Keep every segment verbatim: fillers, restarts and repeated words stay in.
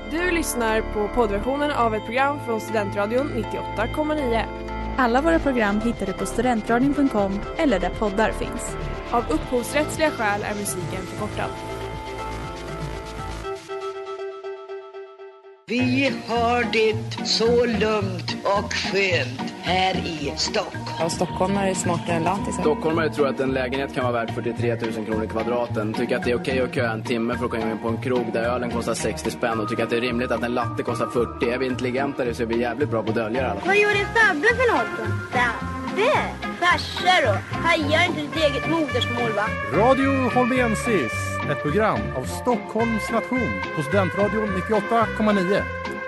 Du lyssnar på poddversionen av ett program från Studentradion nittioåtta komma nio. Alla våra program hittar du på studentradion punkt com eller där poddar finns. Av upphovsrättsliga skäl är musiken förkortad. Vi har det så lugnt och skönt här i Stockholm. Ja, stockholmare är smartare än lantisar. Stockholmare tror att en lägenhet kan vara värd fyrtiotre tusen kronor kvadraten. Tycker att det är okej att köa en timme för att komma in på en krog där ölen kostar sextio spänn. Och tycker att det är rimligt att en latte kostar fyrtio. Är vi intelligentare så är vi jävligt bra på att dölja det alla. Vad gjorde Fabbe för något då? Fabbe? Farsa då? Hajar inte ditt eget modersmål va? Radio Holmensis, ett program av Stockholms nation på Studentradion nittioåtta komma nio.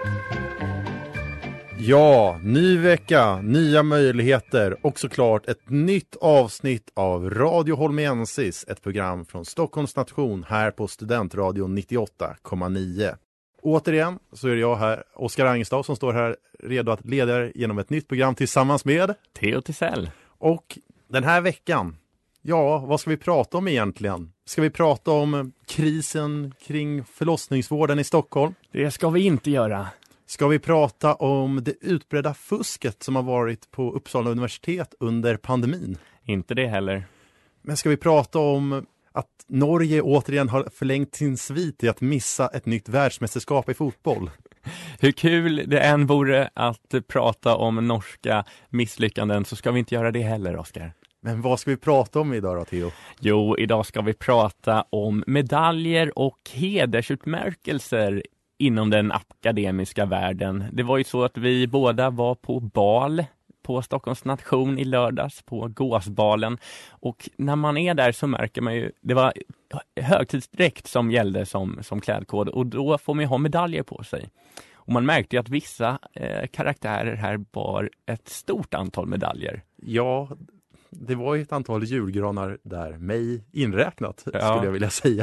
Ja, ny vecka, nya möjligheter och såklart ett nytt avsnitt av Radio Holmensis, ett program från Stockholms nation här på Studentradion nittioåtta komma nio. Återigen så är det jag här, Oskar Angestav, som står här redo att leda er genom ett nytt program tillsammans med Theo Tisell. Och den här veckan, ja, vad ska vi prata om egentligen? Ska vi prata om krisen kring förlossningsvården i Stockholm? Det ska vi inte göra. Ska vi prata om det utbredda fusket som har varit på Uppsala universitet under pandemin? Inte det heller. Men ska vi prata om att Norge återigen har förlängt sin svit i att missa ett nytt världsmästerskap i fotboll? Hur kul det än vore att prata om norska misslyckanden, så ska vi inte göra det heller, Oskar. Men vad ska vi prata om idag då, Theo? Jo, idag ska vi prata om medaljer och hedersutmärkelser inom den akademiska världen. Det var ju så att vi båda var på bal på Stockholms nation i lördags, på Gåsbalen. Och när man är där så märker man ju, det var högtidsdräkt som gällde som, som klädkod, och då får man ju ha medaljer på sig. Och man märkte ju att vissa eh, karaktärer här bar ett stort antal medaljer. Ja, det var ju ett antal julgranar där, mig inräknat, ja. skulle jag vilja säga.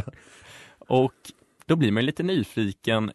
Och då blir man lite nyfiken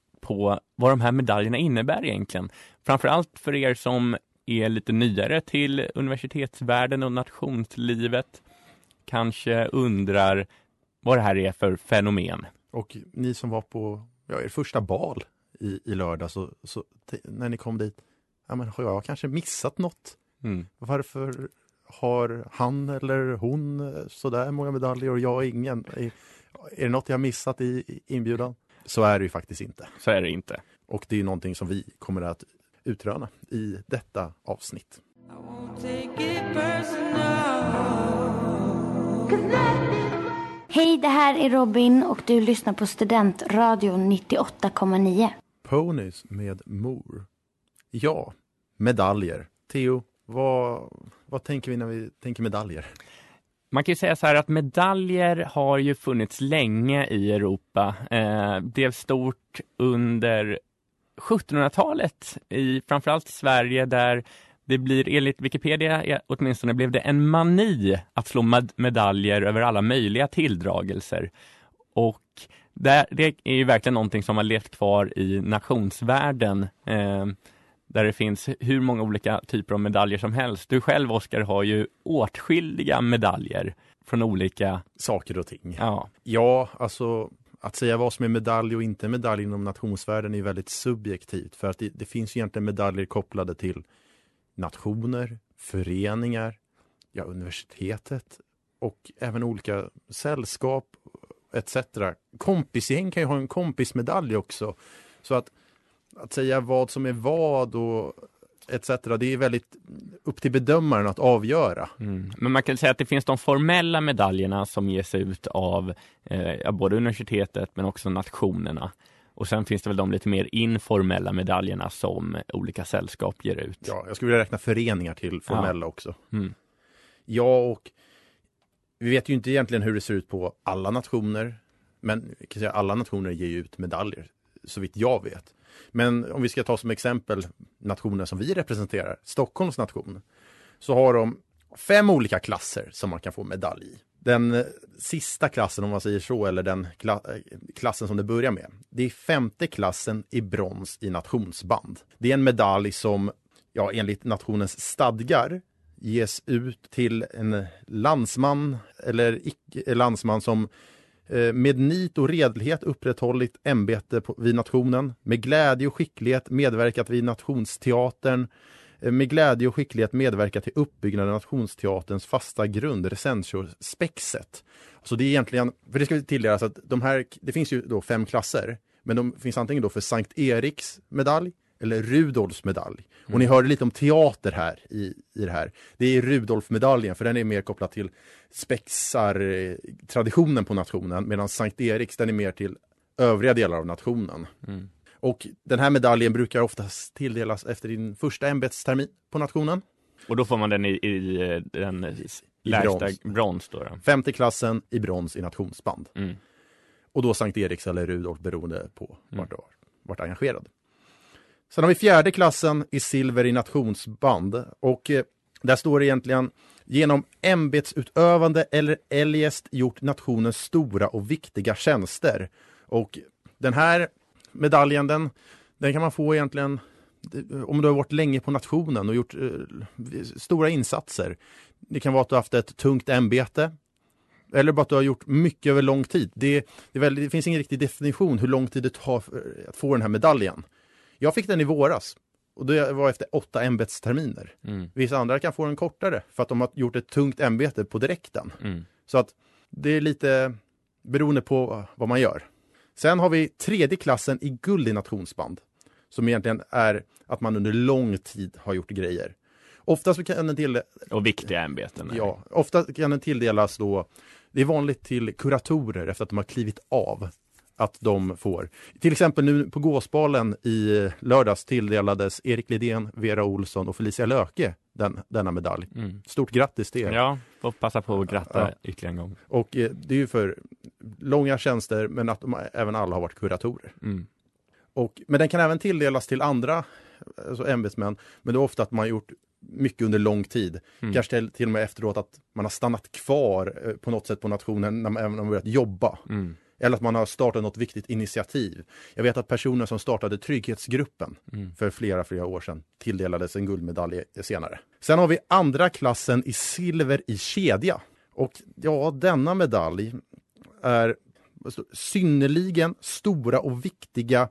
på vad de här medaljerna innebär egentligen. Framförallt för er som är lite nyare till universitetsvärlden och nationslivet kanske undrar vad det här är för fenomen. Och ni som var på ja, er första bal i, i lördag, så, så t- när ni kom dit, ja, men har jag kanske missat något? Mm. Varför har han eller hon så där många medaljer och jag ingen? Är, är det något jag missat i, i inbjudan? Så är det ju faktiskt inte. Så är det inte. Och det är ju någonting som vi kommer att utröna i detta avsnitt. Hej, det här är Robin och du lyssnar på Studentradion nittioåtta komma nio. Ponies med mor. Ja, medaljer. Theo, vad, vad tänker vi när vi tänker medaljer? Man kan ju säga så här att medaljer har ju funnits länge i Europa. Eh, det är stort under sjuttonhundratalet i framförallt Sverige, där det blir enligt Wikipedia åtminstone blev det en mani att slå med- medaljer över alla möjliga tilldragelser. Och där, det är ju verkligen någonting som har levt kvar i nationsvärlden, eh, där det finns hur många olika typer av medaljer som helst. Du själv, Oskar, har ju åtskilliga medaljer från olika saker och ting. Ja, ja alltså att säga vad som är medalj och inte medalj inom nationsvärlden är väldigt subjektivt. För att det, det finns ju egentligen medaljer kopplade till nationer, föreningar, ja, universitetet och även olika sällskap et cetera. Kompisgäng kan ju ha en kompismedalj också. Så att, att säga vad som är vad och et cetera, det är väldigt upp till bedömaren att avgöra. Mm. Men man kan säga att det finns de formella medaljerna som ges ut av eh, både universitetet men också nationerna. Och sen finns det väl de lite mer informella medaljerna som olika sällskap ger ut. Ja, jag skulle vilja räkna föreningar till formella ja. också. Mm. Ja, och vi vet ju inte egentligen hur det ser ut på alla nationer. Men kan säga, alla nationer ger ju ut medaljer, så vitt jag vet. Men om vi ska ta som exempel nationer som vi representerar, Stockholms nation, så har de fem olika klasser som man kan få medalj i. Den sista klassen, om man säger så, eller den kla- klassen som det börjar med, det är femte klassen i brons i nationsband. Det är en medalj som, ja, enligt nationens stadgar ges ut till en landsman eller icke landsman som Med nit och redlighet upprätthållit ämbete på, vid nationen. Med glädje och skicklighet medverkat vid nationsteatern. Med glädje och skicklighet medverkat till uppbyggnaden av nationsteaterns fasta grund, recensorspexet. Så det är egentligen, för det ska vi tillägga att de här, det finns ju då fem klasser, men de finns antingen då för Sankt Eriks medalj eller Rudolfs medalj. Mm. Och ni hörde lite om teater här i, i det här. Det är Rudolf-medaljen, för den är mer kopplad till spexar-traditionen på nationen, medan Sankt Eriks, den är mer till övriga delar av nationen. Mm. Och den här medaljen brukar oftast tilldelas efter din första ämbetstermin på nationen. Och då får man den i, i den lägsta brons, brons då, då? Femte klassen i brons i nationsband. Mm. Och då Sankt Eriks eller Rudolf beroende på vart mm. du har varit engagerad. Sen har vi fjärde klassen i silver i nationsband. Och eh, där står det egentligen: genom ämbetsutövande eller eljest gjort nationens stora och viktiga tjänster. Och den här medaljen, den, den kan man få egentligen om du har varit länge på nationen och gjort eh, stora insatser. Det kan vara att du har haft ett tungt ämbete, eller bara att du har gjort mycket över lång tid. Det, det, är väldigt, det finns ingen riktig definition hur lång tid det tar att få den här medaljen. Jag fick den i våras och det var efter åtta ämbetsterminer. Mm. Vissa andra kan få den kortare för att de har gjort ett tungt ämbete på direkten. Mm. Så att det är lite beroende på vad man gör. Sen har vi tredje klassen i guld i nationsband, som egentligen är att man under lång tid har gjort grejer. Oftast kan den till och viktiga ämbeten. Ja, ofta kan den tilldelas då, det är vanligt till kuratorer efter att de har klivit av, att de får. Till exempel nu på Gåsbalen i lördags tilldelades Erik Lidén, Vera Olsson och Felicia Löke den, denna medalj. Mm. Stort grattis till er. Ja, får passa på att gratta ja. ytterligare en gång. Och eh, det är ju för långa tjänster, men att de även alla har varit kuratorer. Mm. Och, men den kan även tilldelas till andra alltså ämbetsmän, men det är ofta att man har gjort mycket under lång tid. Mm. Kanske till, till och med efteråt att man har stannat kvar eh, på något sätt på nationen när man även har börjat jobba. Mm. Eller att man har startat något viktigt initiativ. Jag vet att personer som startade Trygghetsgruppen mm. för flera, flera år sedan tilldelades en guldmedalj senare. Sen har vi andra klassen i silver i kedja. Och ja, denna medalj är synnerligen stora och viktiga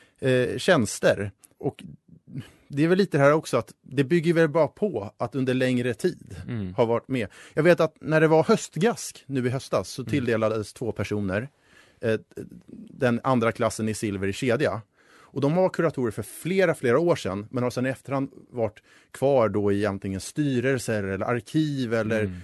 eh, tjänster. Och det är väl lite här också att det bygger väl bara på att under längre tid mm. har varit med. Jag vet att när det var höstgask nu i höstas så tilldelades mm. två personer eh, den andra klassen i silver i kedja. Och de var kuratorer för flera, flera år sedan, men har sedan i efterhand varit kvar då i antingen styrelser eller arkiv eller mm.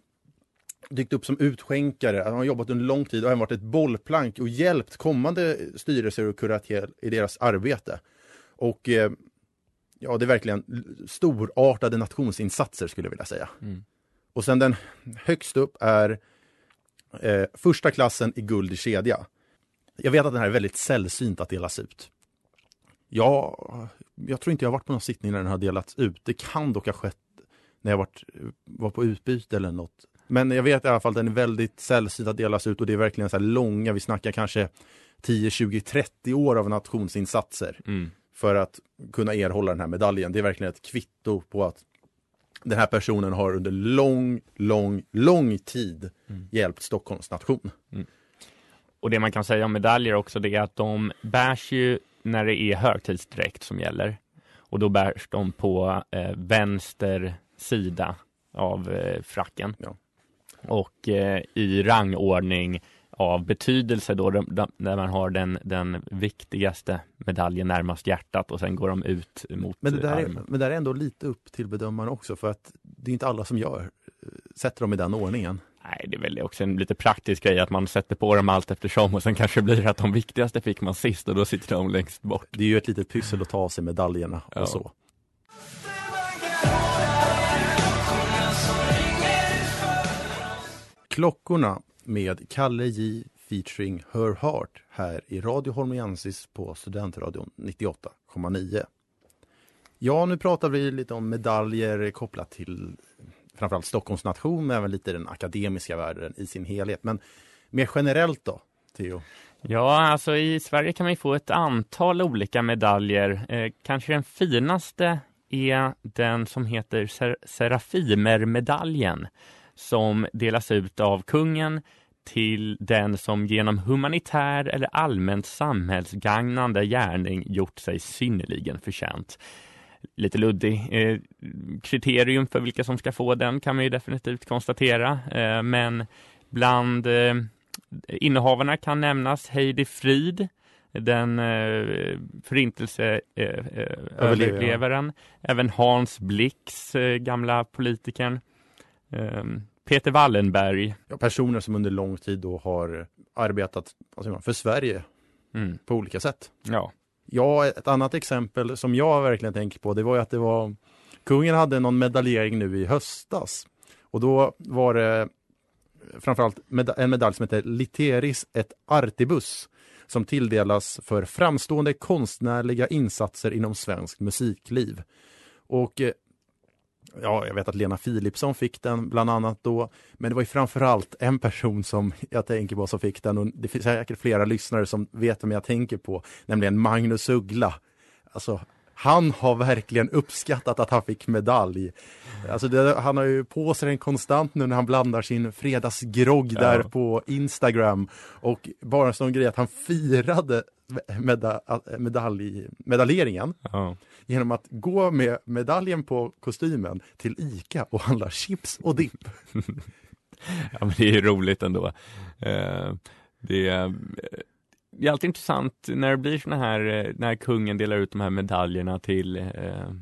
dykt upp som utskänkare. De har jobbat under lång tid och har varit ett bollplank och hjälpt kommande styrelser och kuratorer i deras arbete. Och eh, ja, det är verkligen storartade nationsinsatser skulle jag vilja säga. Mm. Och sen den högst upp är eh, första klassen i guld i kedja. Jag vet att den här är väldigt sällsynt att delas ut. Ja, jag tror inte jag har varit på någon sittning när den har delats ut. Det kan dock ha skett när jag varit, var på utbyte eller något. Men jag vet i alla fall att den är väldigt sällsynt att delas ut och det är verkligen så här långa, vi snackar kanske tio, tjugo, trettio år av nationsinsatser. Mm. För att kunna erhålla den här medaljen. Det är verkligen ett kvitto på att den här personen har under lång, lång, lång tid mm. hjälpt Stockholms nation. Mm. Och det man kan säga om medaljer också, det är att de bärs ju när det är högtidsdräkt som gäller. Och då bärs de på eh, vänster sida av eh, fracken. Ja. Och eh, i rangordning av betydelse då, när man har den, den viktigaste medaljen närmast hjärtat och sen går de ut mot men det där armen. Är, men det är ändå lite upp till bedömaren också, för att det är inte alla som gör sätter dem i den ordningen. Nej, det är väl också en lite praktisk grej att man sätter på dem allt eftersom och sen kanske blir att de viktigaste fick man sist och då sitter de längst bort. Det är ju ett litet pyssel att ta sig medaljerna och ja. så. Klockorna med Kalle J featuring Her Heart här i Radio Holmiensis på Studentradion nittioåtta komma nio. Ja, nu pratar vi lite om medaljer kopplat till framförallt Stockholms nation, men även lite den akademiska världen i sin helhet. Men mer generellt då, Theo? Ja, alltså i Sverige kan man ju få ett antal olika medaljer. Eh, kanske den finaste är den som heter Ser- Serafimermedaljen, som delas ut av kungen till den som genom humanitär eller allmänt samhällsgagnande gärning gjort sig synnerligen förtjänt. Lite luddig. Eh, kriterium för vilka som ska få den kan man ju definitivt konstatera. Eh, men bland eh, innehavarna kan nämnas Heidi Frid, den eh, förintelse eh, eh, överlevaren. Även Hans Blix, eh, gamla politikern. Eh, Peter Wallenberg. Ja, personer som under lång tid då har arbetat alltså, för Sverige mm. på olika sätt. Ja. Ja, ett annat exempel som jag verkligen tänker på, det var ju att det var kungen hade någon medaljering nu i höstas. Och då var det framförallt med, en medalj som heter Literis et Artibus som tilldelas för framstående konstnärliga insatser inom svensk musikliv. Och ja, jag vet att Lena Philipsson fick den bland annat då. Men det var ju framförallt en person som jag tänker på som fick den. Och det finns säkert flera lyssnare som vet vem jag tänker på. Nämligen Magnus Uggla. Alltså, han har verkligen uppskattat att han fick medalj. Alltså det, han har ju på sig den konstant nu när han blandar sin fredagsgrogg där ja. på Instagram. Och bara en sån grej att han firade meda- medalj, medaljeringen. Ja. Genom att gå med medaljen på kostymen till Ica och handla chips och dipp. Ja, men det är ju roligt ändå. Uh, det, är, det är alltid intressant när det blir såna här, när kungen delar ut de här medaljerna till, uh,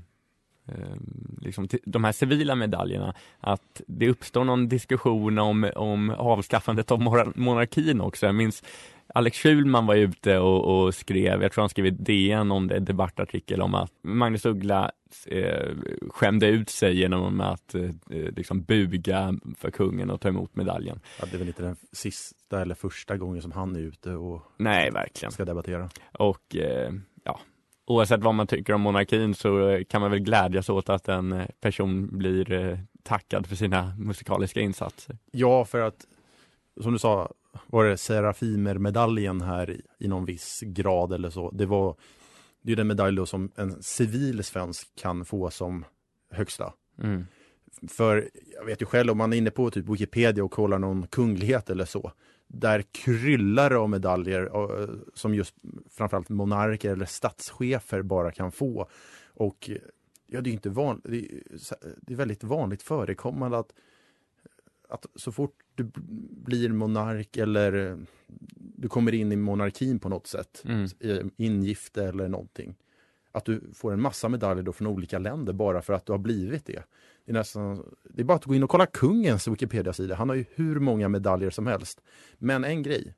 uh, liksom till de här civila medaljerna, att det uppstår någon diskussion om, om avskaffandet av monarkin också. Jag minns Alex Schulman var ute och, och skrev, jag tror han skrev i D N om det, en debattartikel om att Magnus Uggla eh, skämde ut sig genom att eh, liksom buga för kungen och ta emot medaljen. Ja, det är väl inte den sista eller första gången som han är ute och Nej, verkligen. ska debattera. Och eh, ja, oavsett vad man tycker om monarkin så kan man väl glädjas åt att en person blir eh, tackad för sina musikaliska insatser. Ja, för att som du sa, var det Serafimer-medaljen här i, i någon viss grad eller så. Det var det är den medalj då som en civil svensk kan få som högsta. Mm. För jag vet ju själv, om man är inne på typ Wikipedia och kollar någon kunglighet eller så, där kryllar av medaljer som just framförallt monarker eller statschefer bara kan få. Och ja, det är inte vanligt, det är, det är väldigt vanligt förekommande att att så fort du blir monark eller du kommer in i monarkin på något sätt, mm. ingifte eller någonting, att du får en massa medaljer då från olika länder bara för att du har blivit det. Det är, nästan, det är bara att gå in och kolla kungens Wikipedia-sida. Han har ju hur många medaljer som helst. Men en grej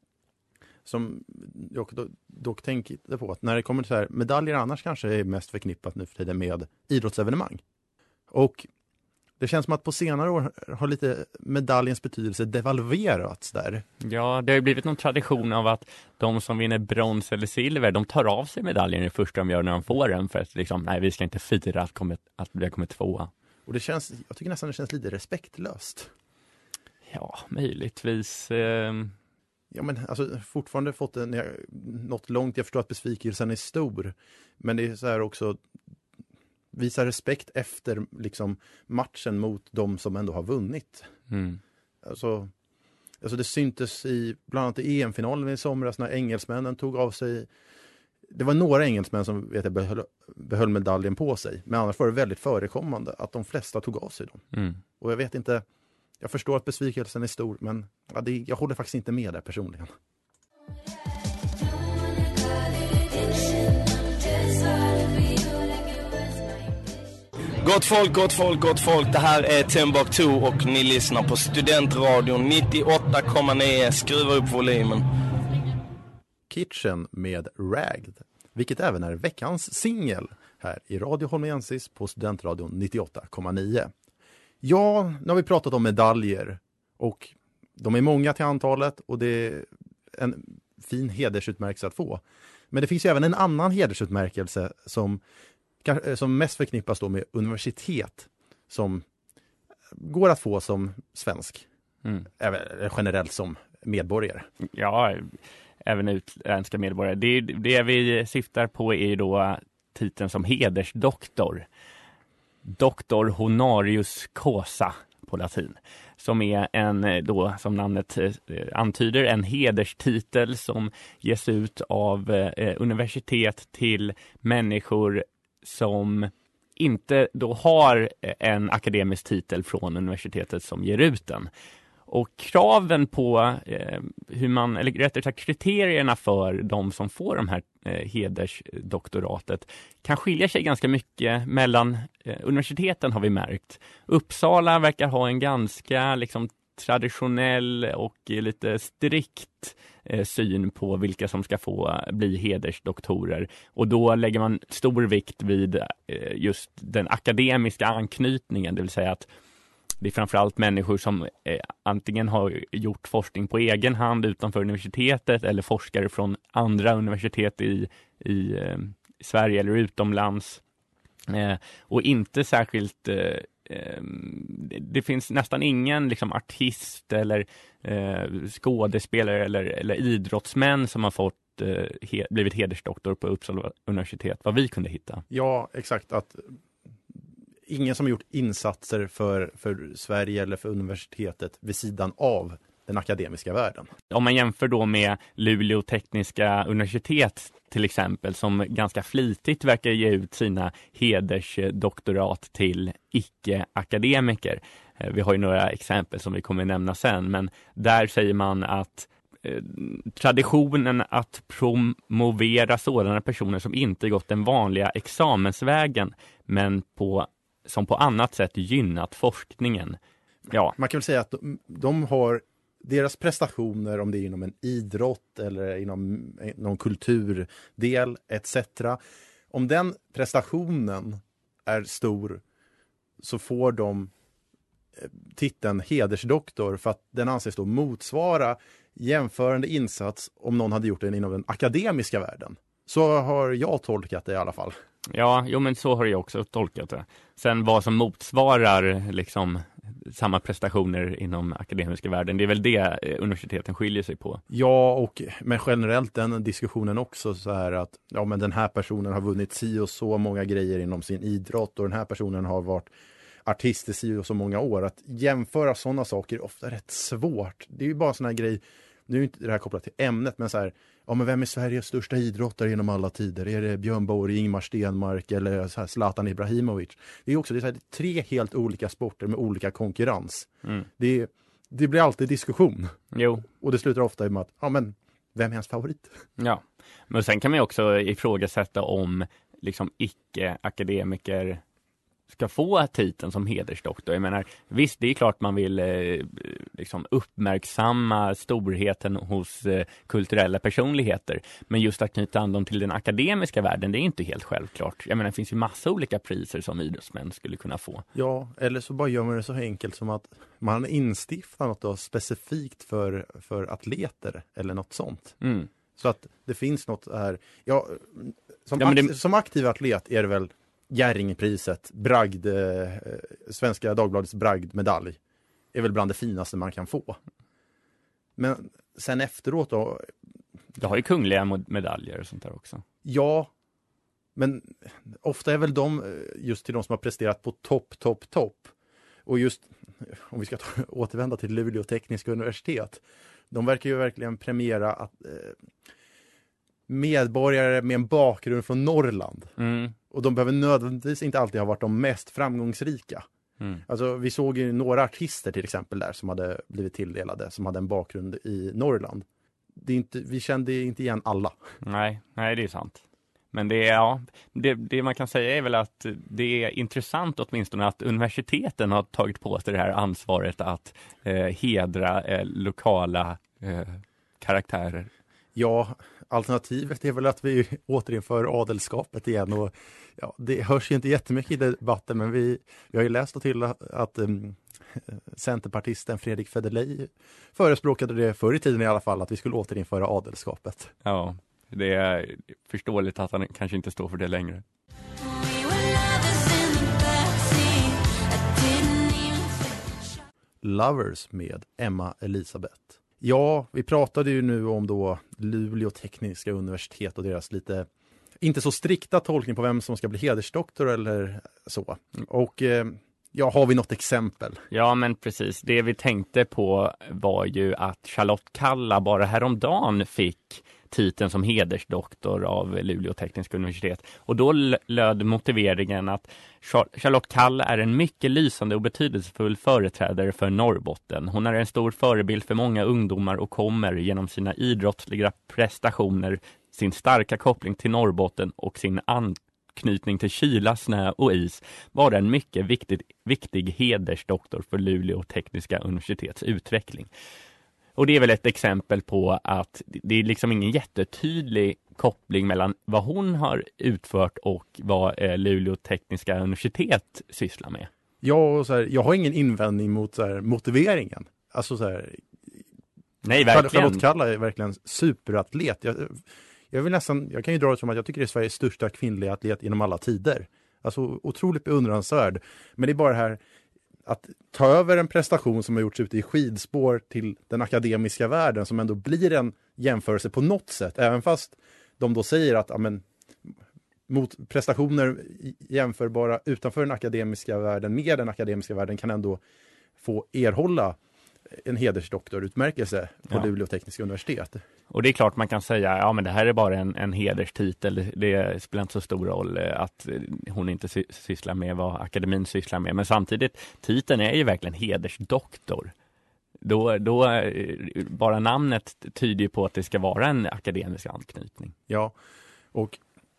som jag dock, dock tänker på, att när det kommer till så här, medaljer annars kanske är mest förknippat nu för tiden med idrottsevenemang. Och det känns som att på senare år har lite medaljens betydelse devalverats där. Ja, det har ju blivit någon tradition av att de som vinner brons eller silver, de tar av sig medaljen i första de gör när de får den. För att liksom, nej, vi ska inte fira att, kommit, att vi har kommit tvåa. Och det känns, jag tycker nästan det känns lite respektlöst. Ja, möjligtvis. Eh... Ja, men alltså fortfarande fått en, något långt. Jag förstår att besvikelsen är stor. Men det är så här också, visa respekt efter liksom matchen mot de som ändå har vunnit. Mm. Alltså, alltså det syntes i bland annat i E M-finalen i somras när engelsmännen tog av sig. Det var några engelsmän som vet jag, behöll, behöll medaljen på sig. Men annars var det väldigt förekommande att de flesta tog av sig dem. Mm. Och jag vet inte, jag förstår att besvikelsen är stor, men ja, det, jag håller faktiskt inte med där personligen. Gott folk, gott folk, gott folk. Det här är Timbuktu och ni lyssnar på Studentradion nittioåtta komma nio. Skruva upp volymen. Kitchen med Ragged, vilket även är veckans singel här i Radio Holmiensis på Studentradion nittioåtta komma nio. Ja, nu har vi pratat om medaljer och de är många till antalet och det är en fin hedersutmärkelse att få. Men det finns ju även en annan hedersutmärkelse som, som mest förknippas då med universitet som går att få som svensk, mm. även generellt som medborgare. Ja, även utländska medborgare. Det, det vi syftar på är ju då titeln som hedersdoktor. Doctor honorius causa på latin. som är en, då, som namnet eh, antyder, en hederstitel som ges ut av eh, universitet till människor som inte då har en akademisk titel från universitetet som ger ut den. Och kraven på eh, hur man, eller rättare sagt kriterierna för de som får de här eh, hedersdoktoratet kan skilja sig ganska mycket mellan eh, universiteten, har vi märkt. Uppsala verkar ha en ganska liksom traditionell och lite strikt eh, syn på vilka som ska få bli hedersdoktorer. Och då lägger man stor vikt vid eh, just den akademiska anknytningen, det vill säga att det är framförallt människor som eh, antingen har gjort forskning på egen hand utanför universitetet eller forskare från andra universitet i, i eh, Sverige eller utomlands. Eh, och inte särskilt... Eh, eh, det finns nästan ingen liksom, artist eller eh, skådespelare eller, eller idrottsmän som har fått eh, he, blivit hedersdoktor på Uppsala universitet, vad vi kunde hitta. Ja, exakt. Att ingen som har gjort insatser för, för Sverige eller för universitetet vid sidan av den akademiska världen. Om man jämför då med Luleå tekniska universitet till exempel, som ganska flitigt verkar ge ut sina hedersdoktorat till icke-akademiker. Vi har ju några exempel som vi kommer nämna sen, men där säger man att eh, traditionen att promovera sådana personer som inte gått den vanliga examensvägen men på som på annat sätt gynnat forskningen. Ja. Man kan väl säga att de, de har deras prestationer, om det är inom en idrott eller inom någon kulturdel et cetera. Om den prestationen är stor så får de titeln hedersdoktor för att den anses då motsvara jämförande insats om någon hade gjort den inom den akademiska världen. Så har jag tolkat det i alla fall. Ja, jo men så har jag också tolkat det. Sen vad som motsvarar liksom samma prestationer inom akademiska världen, det är väl det universiteten skiljer sig på. Ja, och men generellt den diskussionen också så här att ja, men den här personen har vunnit si och så många grejer inom sin idrott och den här personen har varit artist i si och så många år. Att jämföra sådana saker är ofta rätt svårt. Det är ju bara såna här grej, nu är inte det här kopplat till ämnet, men så här, ja men vem är Sveriges största idrottare genom alla tider? Är det Björn Borg, Ingmar Stenmark eller så här Zlatan Ibrahimovic? Det är också det är så här, tre helt olika sporter med olika konkurrens. Mm. Det, det blir alltid diskussion. Jo. Och det slutar ofta med att, ja men, vem är hans favorit? Ja, men sen kan man ju också ifrågasätta om liksom icke-akademiker ska få titeln som hedersdoktor. Jag menar, visst det är klart man vill eh, liksom uppmärksamma storheten hos eh, kulturella personligheter, men just att knyta an dem till den akademiska världen, det är inte helt självklart. Jag menar, det finns ju massa olika priser som idrottsmän skulle kunna få. Ja, eller så bara gör man det så enkelt som att man instiftar något då specifikt för, för atleter eller något sånt. Mm. Så att det finns något här. Ja, som, ja, det... som aktiv atlet är det väl Jerringpriset, bragd, eh, Svenska Dagbladets bragdmedalj är väl bland det finaste man kan få. Men sen efteråt då... Du har ju kungliga medaljer och sånt där också. Ja, men ofta är väl de just till de som har presterat på topp, topp, topp. Och just, om vi ska ta, återvända till Luleå tekniska universitet, de verkar ju verkligen premiera att eh, medborgare med en bakgrund från Norrland. Mm. Och de behöver nödvändigtvis inte alltid ha varit de mest framgångsrika. Mm. Alltså vi såg ju några artister till exempel där som hade blivit tilldelade, som hade en bakgrund i Norrland. Det är inte, vi kände inte igen alla. Nej, nej det är sant. Men det, är, ja, det, det man kan säga är väl att det är intressant åtminstone att universiteten har tagit på sig det här ansvaret att eh, hedra eh, lokala eh, karaktärer. Ja, alternativet är väl att vi återinför adelskapet igen och ja, det hörs ju inte jättemycket i debatten, men vi, vi har ju läst till att, att um, centerpartisten Fredrik Federley förespråkade det förr i tiden i alla fall, att vi skulle återinföra adelskapet. Ja, det är förståeligt att han kanske inte står för det längre. Lovers med Emma Elisabeth. Ja, vi pratade ju nu om då Luleå tekniska universitet och deras lite, inte så strikta tolkning på vem som ska bli hedersdoktor eller så. Och eh, Ja, har vi något exempel? Ja, men precis. Det vi tänkte på var ju att Charlotte Kalla bara häromdagen fick titeln som hedersdoktor av Luleå tekniska universitet. Och då löd motiveringen att Charlotte Kalla är en mycket lysande och betydelsefull företrädare för Norrbotten. Hon är en stor förebild för många ungdomar och kommer genom sina idrottsliga prestationer, sin starka koppling till Norrbotten och sin anknytning till kyla, snö och is vara en mycket viktig, viktig hedersdoktor för Luleå tekniska universitets utveckling. Och det är väl ett exempel på att det är liksom ingen jättetydlig koppling mellan vad hon har utfört och vad eh, Luleå tekniska universitet sysslar med. Ja, och så här, jag har ingen invändning mot så här, motiveringen. Alltså så här, nej, verkligen. Charlotte Kalla är verkligen superatlet. Jag, jag vill nästan, jag kan ju dra det som att jag tycker det är Sveriges största kvinnliga atlet inom alla tider. Alltså otroligt beundransvärd. Men det är bara det här att ta över en prestation som har gjorts ute i skidspår till den akademiska världen som ändå blir en jämförelse på något sätt. Även fast de då säger att amen, mot prestationer jämförbara utanför den akademiska världen med den akademiska världen kan ändå få erhålla en hedersdoktorutmärkelse på ja. Luleå tekniska universitet. Och det är klart man kan säga, ja men det här är bara en, en hederstitel. Det spelar inte så stor roll att hon inte sy- sysslar med vad akademin sysslar med. Men samtidigt, titeln är ju verkligen hedersdoktor. Då, då, bara namnet tyder ju på att det ska vara en akademisk anknytning. Ja, och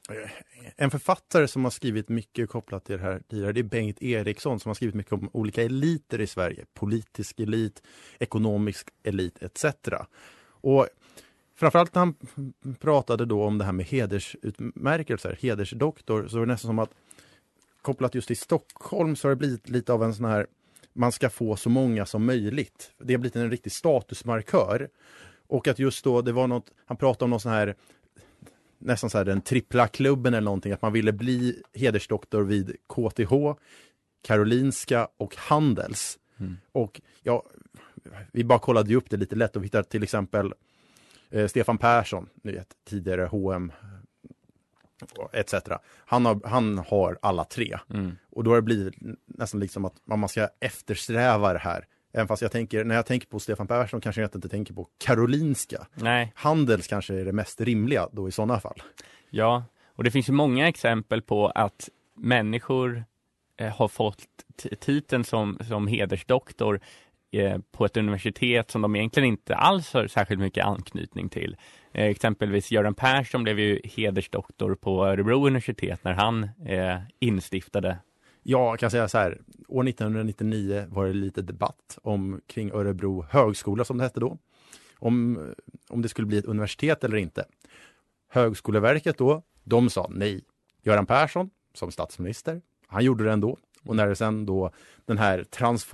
en författare som har skrivit mycket kopplat till det här tidigare, det är Bengt Eriksson som har skrivit mycket om olika eliter i Sverige. Politisk elit, ekonomisk elit et cetera. Och framförallt när han pratade då om det här med hedersutmärkelser, hedersdoktor, så är det nästan som att kopplat just till Stockholm så har det blivit lite av en sån här, man ska få så många som möjligt. Det har blivit en riktig statusmarkör. Och att just då, det var något, han pratade om någon sån här nästan så här den trippla klubben eller någonting, att man ville bli hedersdoktor vid K T H, Karolinska och Handels. Mm. Och ja, vi bara kollade ju upp det lite lätt och vi hittade till exempel eh, Stefan Persson, ni vet, tidigare H och M et cetera. Han har, han har alla tre. Mm. Och då har det blivit nästan liksom att man ska eftersträva det här. Även fast jag tänker, när jag tänker på Stefan Persson kanske jag inte tänker på Karolinska. Nej. Handels kanske är det mest rimliga då i sådana fall. Ja, och det finns ju många exempel på att människor eh, har fått t- titeln som, som hedersdoktor eh, på ett universitet som de egentligen inte alls har särskilt mycket anknytning till. Eh, exempelvis Göran Persson blev ju hedersdoktor på Örebro universitet när han eh, instiftade. Ja, jag kan säga så här. År nittonhundranittionio var det lite debatt om kring Örebro högskola som det hette då. Om, om det skulle bli ett universitet eller inte. Högskoleverket då, de sa nej. Göran Persson som statsminister, han gjorde det ändå. Och när det sen då den här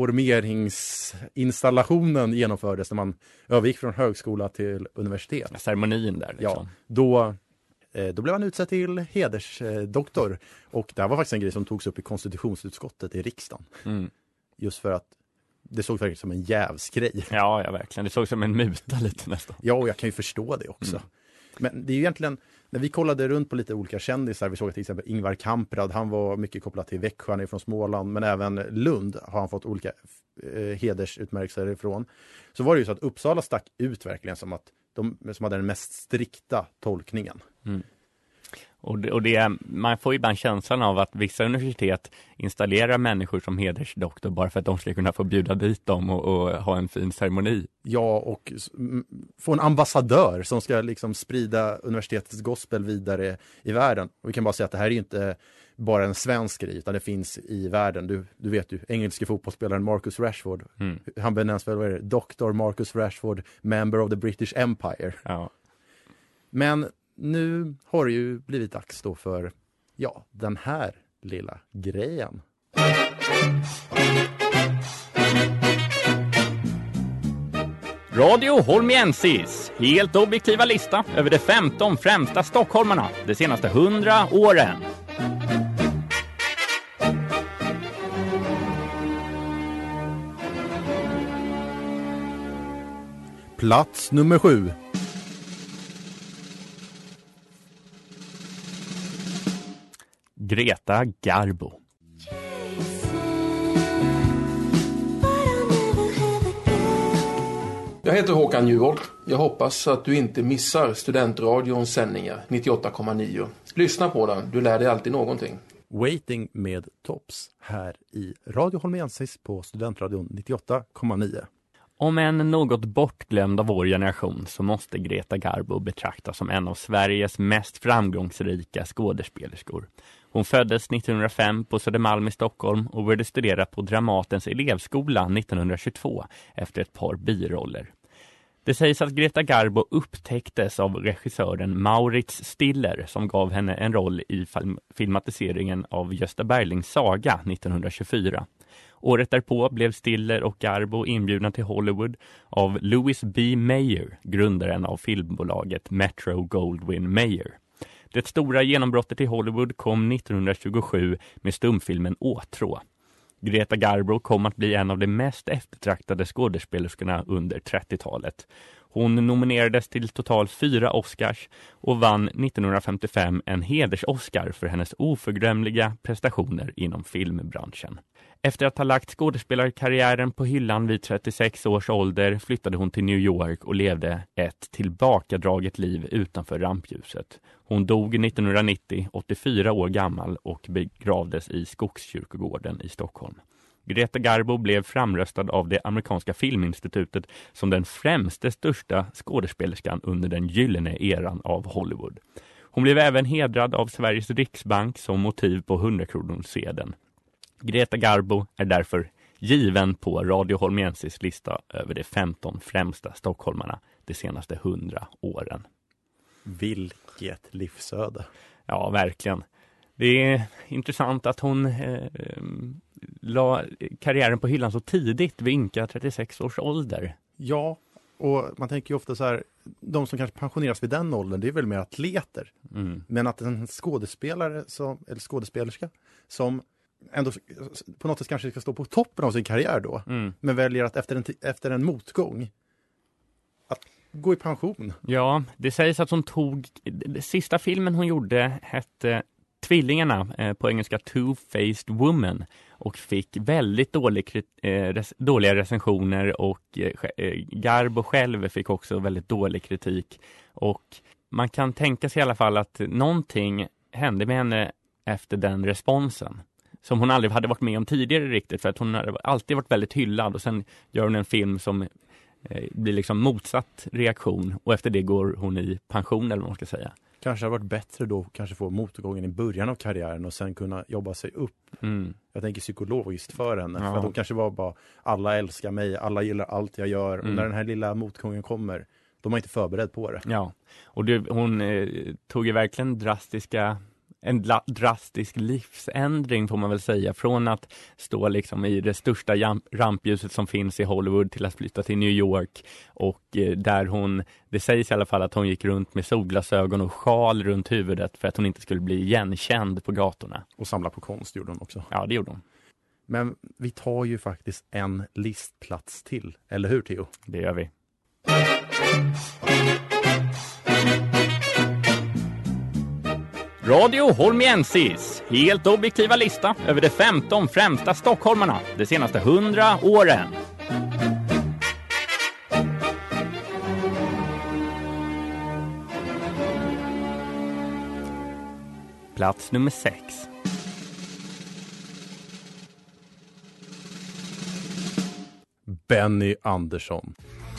transformeringsinstallationen genomfördes när man övergick från högskola till universitet. Ceremonin där liksom. Ja, då... Då blev han utsedd till hedersdoktor. Och det här var faktiskt en grej som togs upp i konstitutionsutskottet i riksdagen. Mm. Just för att det såg faktiskt som en jävsgrej. Ja, ja, verkligen. Det såg som en muta lite nästan. Ja, och jag kan ju förstå det också. Mm. Men det är ju egentligen, när vi kollade runt på lite olika kändisar, vi såg till exempel Ingvar Kamprad, han var mycket kopplad till Växjö, han är från Småland, men även Lund har han fått olika eh, hedersutmärkelser ifrån. Så var det ju så att Uppsala stack ut verkligen som att de som hade den mest strikta tolkningen. Mm. Och, det, och det, man får ju ibland känslan av att vissa universitet installerar människor som hedersdoktor bara för att de ska kunna få bjuda dit dem och, och ha en fin ceremoni. Ja, och få en ambassadör som ska liksom sprida universitetets gospel vidare i världen. Och vi kan bara säga att det här är ju inte bara en svensk grej, utan det finns i världen. Du, du vet ju, engelska fotbollsspelaren Marcus Rashford. Mm. Han benämns väl, vad är det? doktor Marcus Rashford, member of the British Empire. Ja. Men nu har det ju blivit dags då för, ja, den här lilla grejen. Radio Holmiensis, helt objektiva lista över de femton främsta stockholmarna de senaste hundra åren. Plats nummer sju. Greta Garbo. Jag heter Håkan Juholt. Jag hoppas att du inte missar Studentradions sändningar nittioåtta komma nio. Lyssna på den, du lär dig alltid någonting. Waiting med Tops här i Radio Holmensis på Studentradion nittioåtta komma nio. Om en något bortglömd av vår generation så måste Greta Garbo betraktas som en av Sveriges mest framgångsrika skådespelerskor. Hon föddes nittonhundrafem på Södermalm i Stockholm och började studera på Dramatens elevskola nittonhundratjugotvå efter ett par biroller. Det sägs att Greta Garbo upptäcktes av regissören Maurits Stiller som gav henne en roll i film- filmatiseringen av Gösta Berlings saga nittonhundratjugofyra. Året därpå blev Stiller och Garbo inbjudna till Hollywood av Louis B. Mayer, grundaren av filmbolaget Metro-Goldwyn-Mayer. Det stora genombrottet i Hollywood kom nittonhundratjugosju med stumfilmen Åtrå. Greta Garbo kom att bli en av de mest eftertraktade skådespelerskorna under trettiotalet. Hon nominerades till total fyra Oscars och vann nittonhundrafemtiofem en heders-Oscar för hennes oförglömliga prestationer inom filmbranschen. Efter att ha lagt skådespelarkarriären på hyllan vid trettiosex års ålder flyttade hon till New York och levde ett tillbakadraget liv utanför rampljuset. Hon dog nittonhundranittio, åttiofyra år gammal och begravdes i Skogskyrkogården i Stockholm. Greta Garbo blev framröstad av det amerikanska filminstitutet som den främste största skådespelerskan under den gyllene eran av Hollywood. Hon blev även hedrad av Sveriges riksbank som motiv på hundrakronorssedeln. Greta Garbo är därför given på Radio Holmensis lista över de femton främsta stockholmarna de senaste hundra åren. Vilket livsöde. Ja, verkligen. Det är intressant att hon eh, la karriären på hyllan så tidigt vid ynka trettiosex års ålder. Ja, och man tänker ju ofta så här, de som kanske pensioneras vid den åldern, det är väl mer atleter. Mm. Men att en skådespelare, som, eller skådespelerska, som ändå på något sätt kanske ska stå på toppen av sin karriär då, mm. men väljer att efter en, efter en motgång att gå i pension. Ja, det sägs att hon tog, sista filmen hon gjorde hette Tvillingarna, eh, på engelska Two-Faced Woman, och fick väldigt dålig, eh, res, dåliga recensioner och eh, Garbo själv fick också väldigt dålig kritik, och man kan tänka sig i alla fall att någonting hände med henne efter den responsen som hon aldrig hade varit med om tidigare riktigt, för att hon hade alltid varit väldigt hyllad och sen gör hon en film som eh, blir liksom motsatt reaktion och efter det går hon i pension eller vad man ska säga. Kanske har varit bättre då kanske få motgången i början av karriären och sen kunna jobba sig upp. Mm. Jag tänker psykologiskt för henne. Ja. För att hon kanske var bara, alla älskar mig, alla gillar allt jag gör. Mm. Och när den här lilla motgången kommer, då är man inte förberedd på det. Ja, och det, hon eh, tog ju verkligen drastiska... en la- drastisk livsändring får man väl säga. Från att stå liksom i det största jam- rampljuset som finns i Hollywood till att flytta till New York. Och eh, där hon, det sägs i alla fall att hon gick runt med solglasögon och sjal runt huvudet för att hon inte skulle bli igenkänd på gatorna. Och samla på konst gjorde hon också. Ja, det gjorde hon. Men vi tar ju faktiskt en listplats till. Eller hur, Theo? Det gör vi. Radio Holmensis, helt objektiva lista över de femton främsta stockholmarna de senaste hundra åren. Plats nummer sex. Benny Andersson.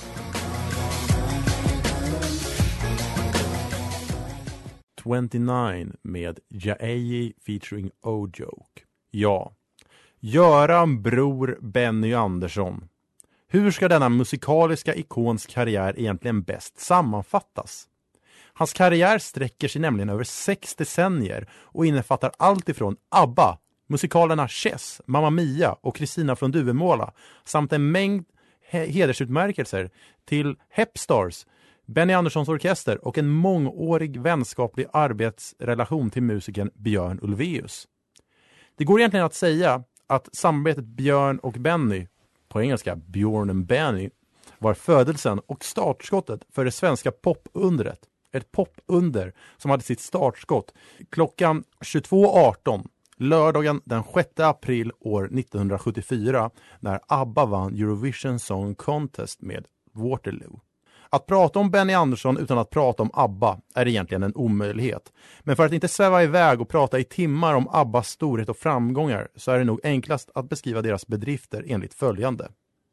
tjugonio med Jaeyi featuring O-Joke. Ja, Göran Bror Benny Andersson. Hur ska denna musikaliska ikons karriär egentligen bäst sammanfattas? Hans karriär sträcker sig nämligen över sex decennier och innefattar allt ifrån ABBA, musikalerna Chess, Mamma Mia och Kristina från Duvemåla samt en mängd he- hedersutmärkelser till Hepstars, Benny Anderssons orkester och en mångårig vänskaplig arbetsrelation till musikern Björn Ulvaeus. Det går egentligen att säga att samarbetet Björn och Benny, på engelska Björn and Benny, var födelsen och startskottet för det svenska popundret. Ett popunder som hade sitt startskott klockan tjugotvå arton lördagen den sjätte april år nittonhundrasjuttiofyra när ABBA vann Eurovision Song Contest med Waterloo. Att prata om Benny Andersson utan att prata om ABBA är egentligen en omöjlighet. Men för att inte sväva iväg och prata i timmar om ABBAs storhet och framgångar så är det nog enklast att beskriva deras bedrifter enligt följande.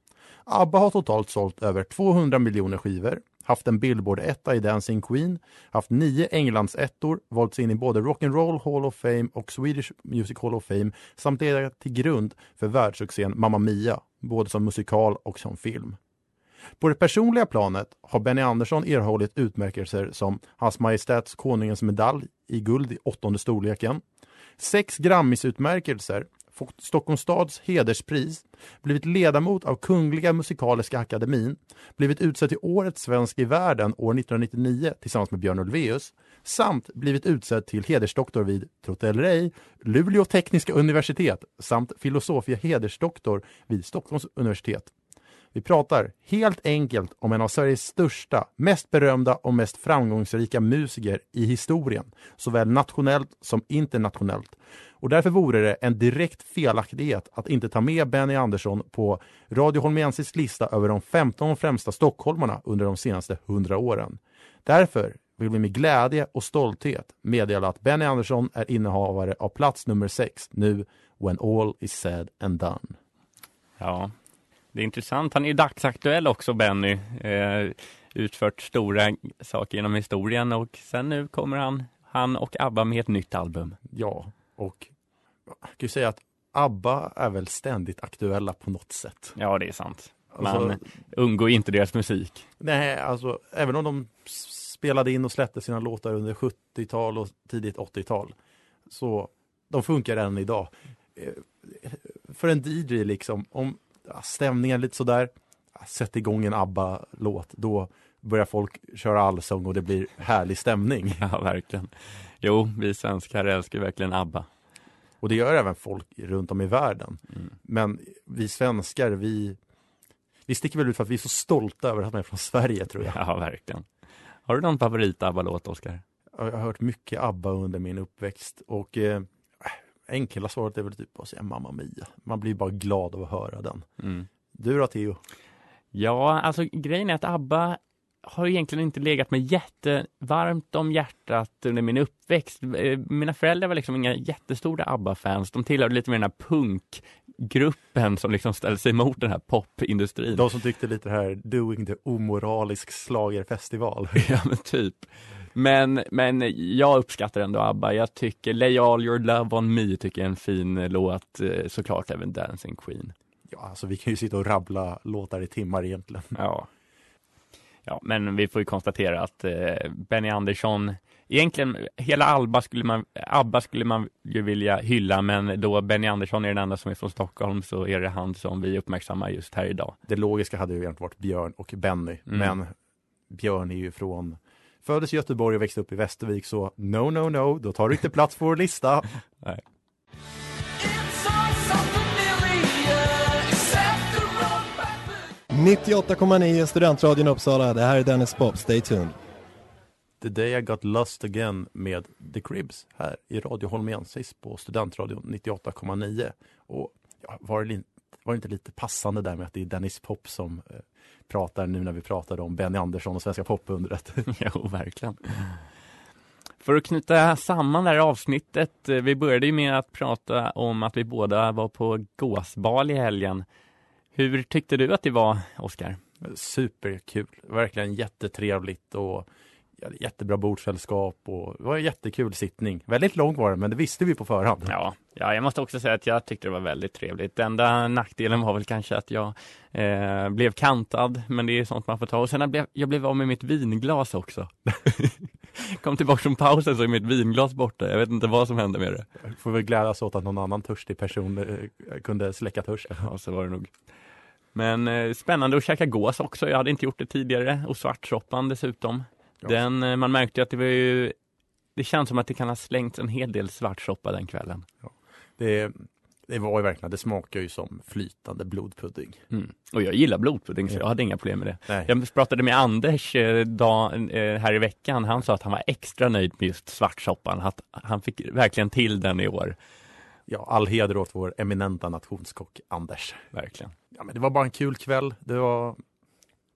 ABBA har totalt sålt över tvåhundra miljoner skivor, haft en Billboard-etta i Dancing Queen, haft nio Englands-ettor, valts in i både Rock'n'Roll Hall of Fame och Swedish Music Hall of Fame samt legat till grund för världssuccén Mamma Mia, både som musikal och som film. På det personliga planet har Benny Andersson erhållit utmärkelser som Hans Majestäts Konungens medalj i guld i åttonde storleken, sex Grammis-utmärkelser, fått Stockholms stads hederspris, blivit ledamot av Kungliga Musikaliska Akademin, blivit utsedd till årets svensk i världen år nittonhundranittionio tillsammans med Björn Ulvaeus, samt blivit utsedd till hedersdoktor vid, trott eller ej, Luleå tekniska universitet samt filosofia hedersdoktor vid Stockholms universitet. Vi pratar helt enkelt om en av Sveriges största, mest berömda och mest framgångsrika musiker i historien, såväl nationellt som internationellt. Och därför vore det en direkt felaktighet att inte ta med Benny Andersson på Radio Holmiensis lista över de femton främsta stockholmarna under de senaste hundra åren. Därför vill vi med glädje och stolthet meddela att Benny Andersson är innehavare av plats nummer sex nu, when all is said and done. Ja, det är intressant. Han är ju dagsaktuell också, Benny. Eh, utfört stora saker genom historien och sen nu kommer han, han och ABBA med ett nytt album. Ja, och jag kan ju säga att ABBA är väl ständigt aktuella på något sätt. Ja, det är sant. Man Alltså, undgår inte deras musik. Nej, alltså även om de spelade in och släppte sina låtar under sjuttiotal och tidigt åttiotal så de funkar än idag. Eh, För en D J liksom, om stämningen lite sådär, sätt igång en ABBA-låt, då börjar folk köra allsång och det blir härlig stämning. Ja, verkligen. Jo, vi svenskar älskar verkligen ABBA. Och det gör även folk runt om i världen. Mm. Men vi svenskar, vi, vi sticker väl ut för att vi är så stolta över att man är från Sverige, tror jag. Ja, verkligen. Har du någon favorit ABBA-låt, Oskar? Jag har hört mycket ABBA under min uppväxt och eh, enkla svaret är väl typ att säga Mamma Mia. Man blir bara glad av att höra den. Mm. Du då, Theo? Ja, alltså grejen är att ABBA har egentligen inte legat mig jättevarmt om hjärtat under min uppväxt. Mina föräldrar var liksom inga jättestora ABBA-fans. De tillhörde lite mer den här punkgruppen som liksom ställde sig emot den här popindustrin. De som tyckte lite här doing the omoralisk slagerfestival. Ja, men typ. Men, men jag uppskattar ändå ABBA. Jag tycker Lay All Your Love On Me tycker jag är en fin låt. Såklart även Dancing Queen. Ja, alltså vi kan ju sitta och rabbla låtar i timmar egentligen. Ja. Ja, men vi får ju konstatera att eh, Benny Andersson, egentligen hela ABBA skulle man, ABBA skulle man ju vilja hylla, men då Benny Andersson är den enda som är från Stockholm så är det han som vi uppmärksammar just här idag. Det logiska hade ju egentligen varit Björn och Benny, Mm. men Björn är ju från, föddes i Göteborg och växte upp i Västervik, så no, no, no, då tar du inte plats på vår lista. Nej. nittioåtta komma nio Studentradion Uppsala. Det här är Dennis Pop. Stay tuned. The Day I Got Lost Again med The Cribs här i Radio Holmiensis på Studentradion nittioåtta komma nio. Och ja, var, det, var det inte lite passande där med att det är Dennis Pop som eh, pratar nu när vi pratade om Benny Andersson och Svenska Popundret? Jo, verkligen. För att knyta samman det här avsnittet, vi började ju med att prata om att vi båda var på gåsbal i helgen. Hur tyckte du att det var, Oskar? Superkul, verkligen jättetrevligt och ja, jättebra bordssällskap och det var en jättekul sittning. Väldigt lång var det, men det visste vi på förhand. Ja, ja, jag måste också säga att jag tyckte det var väldigt trevligt. Den enda nackdelen var väl kanske att jag eh, blev kantad, men det är sånt man får ta. Och sen blev jag blev av med mitt vinglas också. Kom tillbaka från pausen så är mitt vinglas borta. Jag vet inte vad som hände med det. Jag får väl glädjas åt att någon annan törstig person eh, kunde släcka törsten. Ja, så var det nog. Men eh, spännande att käka gås också. Jag hade inte gjort det tidigare. Och svartsoppan dessutom. Ja. Den, eh, man märkte att det var ju... Det känns som att det kan ha slängt en hel del svartsoppa den kvällen. Ja. Det, det var ju verkligen... Det smakar ju som flytande blodpudding. Mm. Och jag gillar blodpudding så ja. Jag hade inga problem med det. Nej. Jag pratade med Anders eh, dag, eh, här i veckan. Han sa att han var extra nöjd med just svartsoppan. Att han fick verkligen till den i år. Ja, all heder åt vår eminenta nationskock Anders. Verkligen. Ja, men det var bara en kul kväll. Det var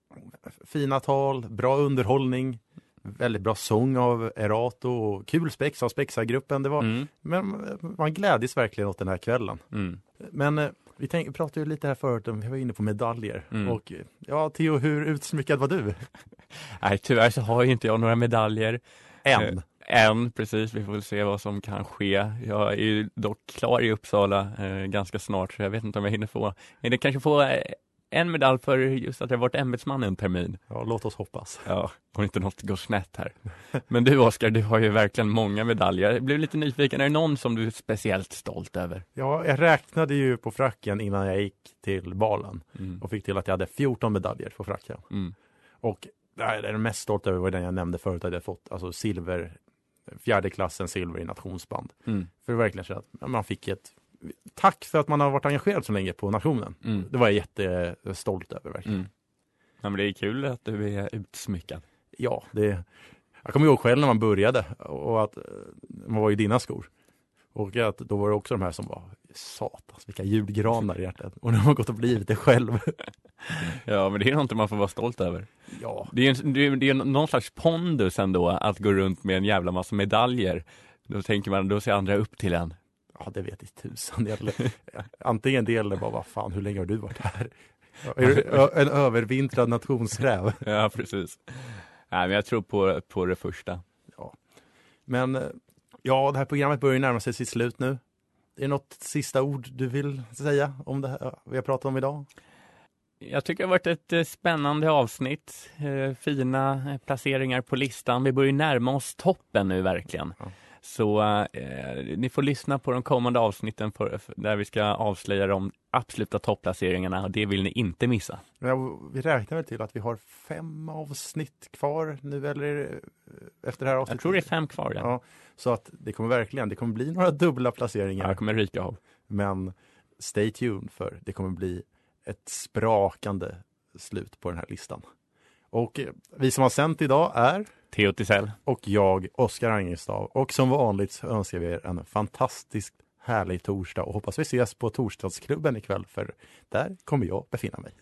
fina tal, bra underhållning, väldigt bra sång av Erato och kul spex av Spexa-gruppen. Det var, mm. Men man glädjes verkligen åt den här kvällen. Mm. Men eh, vi tänk, pratade ju lite här förut om, vi var inne på medaljer. Mm. Och ja, Theo, hur utsmyckad var du? Nej, tyvärr så har ju inte jag några medaljer. Än. Eh, än, precis. Vi får väl se vad som kan ske. Jag är ju dock klar i Uppsala eh, ganska snart, så jag vet inte om jag hinner få. Jag kanske få eh, en medalj för just att jag varit ämbetsman en termin. Ja, låt oss hoppas. Ja, och inte något går snett här. Men du, Oskar, du har ju verkligen många medaljer. Jag blev lite nyfiken. Är det någon som du är speciellt stolt över? Ja, jag räknade ju på fracken innan jag gick till balen. Mm. Och fick till att jag hade fjorton medaljer på fracken. Mm. Och det är den mest stolt över var den jag nämnde förut att jag fått. Alltså silver, fjärde klassen silver i nationsband. Mm. För det verkligen så att man fick ett tack för att man har varit engagerad så länge på nationen. Mm. Det var jag jättestolt över verkligen. Mm. Ja, men det är kul att du är utsmyckad. Ja, det, jag kommer ihåg själv när man började och att man var i dina skor. Och att då var det också de här som var satans, vilka julgranar i hjärtat. Och nu har man gått och blivit det själv. Ja, men det är något man får vara stolt över. Ja. Det är, en, det är, det är någon slags pondus ändå att gå runt med en jävla massa medaljer. Då tänker man, då ser andra upp till en. Ja, det vet jag tusan. Antingen det eller bara, vad fan, hur länge har du varit här? En övervintrad nationsräv. Ja, precis. Nej, men jag tror på, på det första. Ja. Men ja, det här programmet börjar närma sig sitt slut nu. Är det något sista ord du vill säga om det här vi har pratat om idag? Jag tycker det har varit ett spännande avsnitt. Fina placeringar på listan. Vi börjar närma oss toppen nu verkligen. Ja. Så eh, ni får lyssna på de kommande avsnitten för, för, där vi ska avslöja de absoluta topplaceringarna, och det vill ni inte missa. Ja, vi räknar väl till att vi har fem avsnitt kvar nu, eller efter det här avsnittet? Jag tror det är fem kvar. Ja. Ja, så att det kommer verkligen, det kommer bli några dubbla placeringar. Ja, det kommer ryka av. Men stay tuned, för det kommer bli ett sprakande slut på den här listan. Och vi som har sänt idag är Theo Tisell och jag, Oskar Angerstav. Och som vanligt så önskar vi er en fantastiskt härlig torsdag och hoppas vi ses på Torsdagsklubben ikväll, för där kommer jag befinna mig.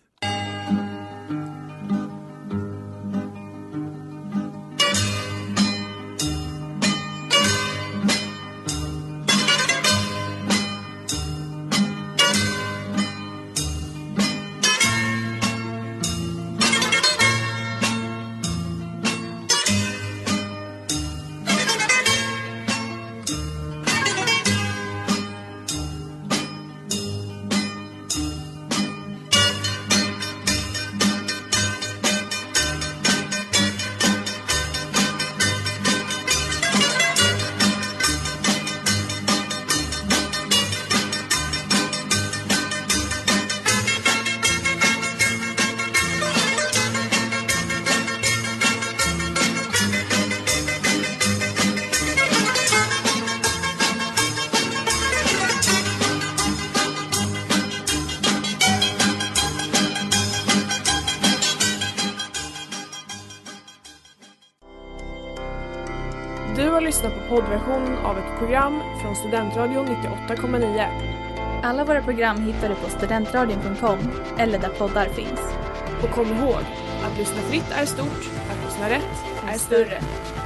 Du har lyssnat på poddversionen av ett program från Studentradion nittioåtta komma nio. Alla våra program hittar du på studentradion punkt com eller där poddar finns. Och kom ihåg, att lyssna fritt är stort, att lyssna rätt är större.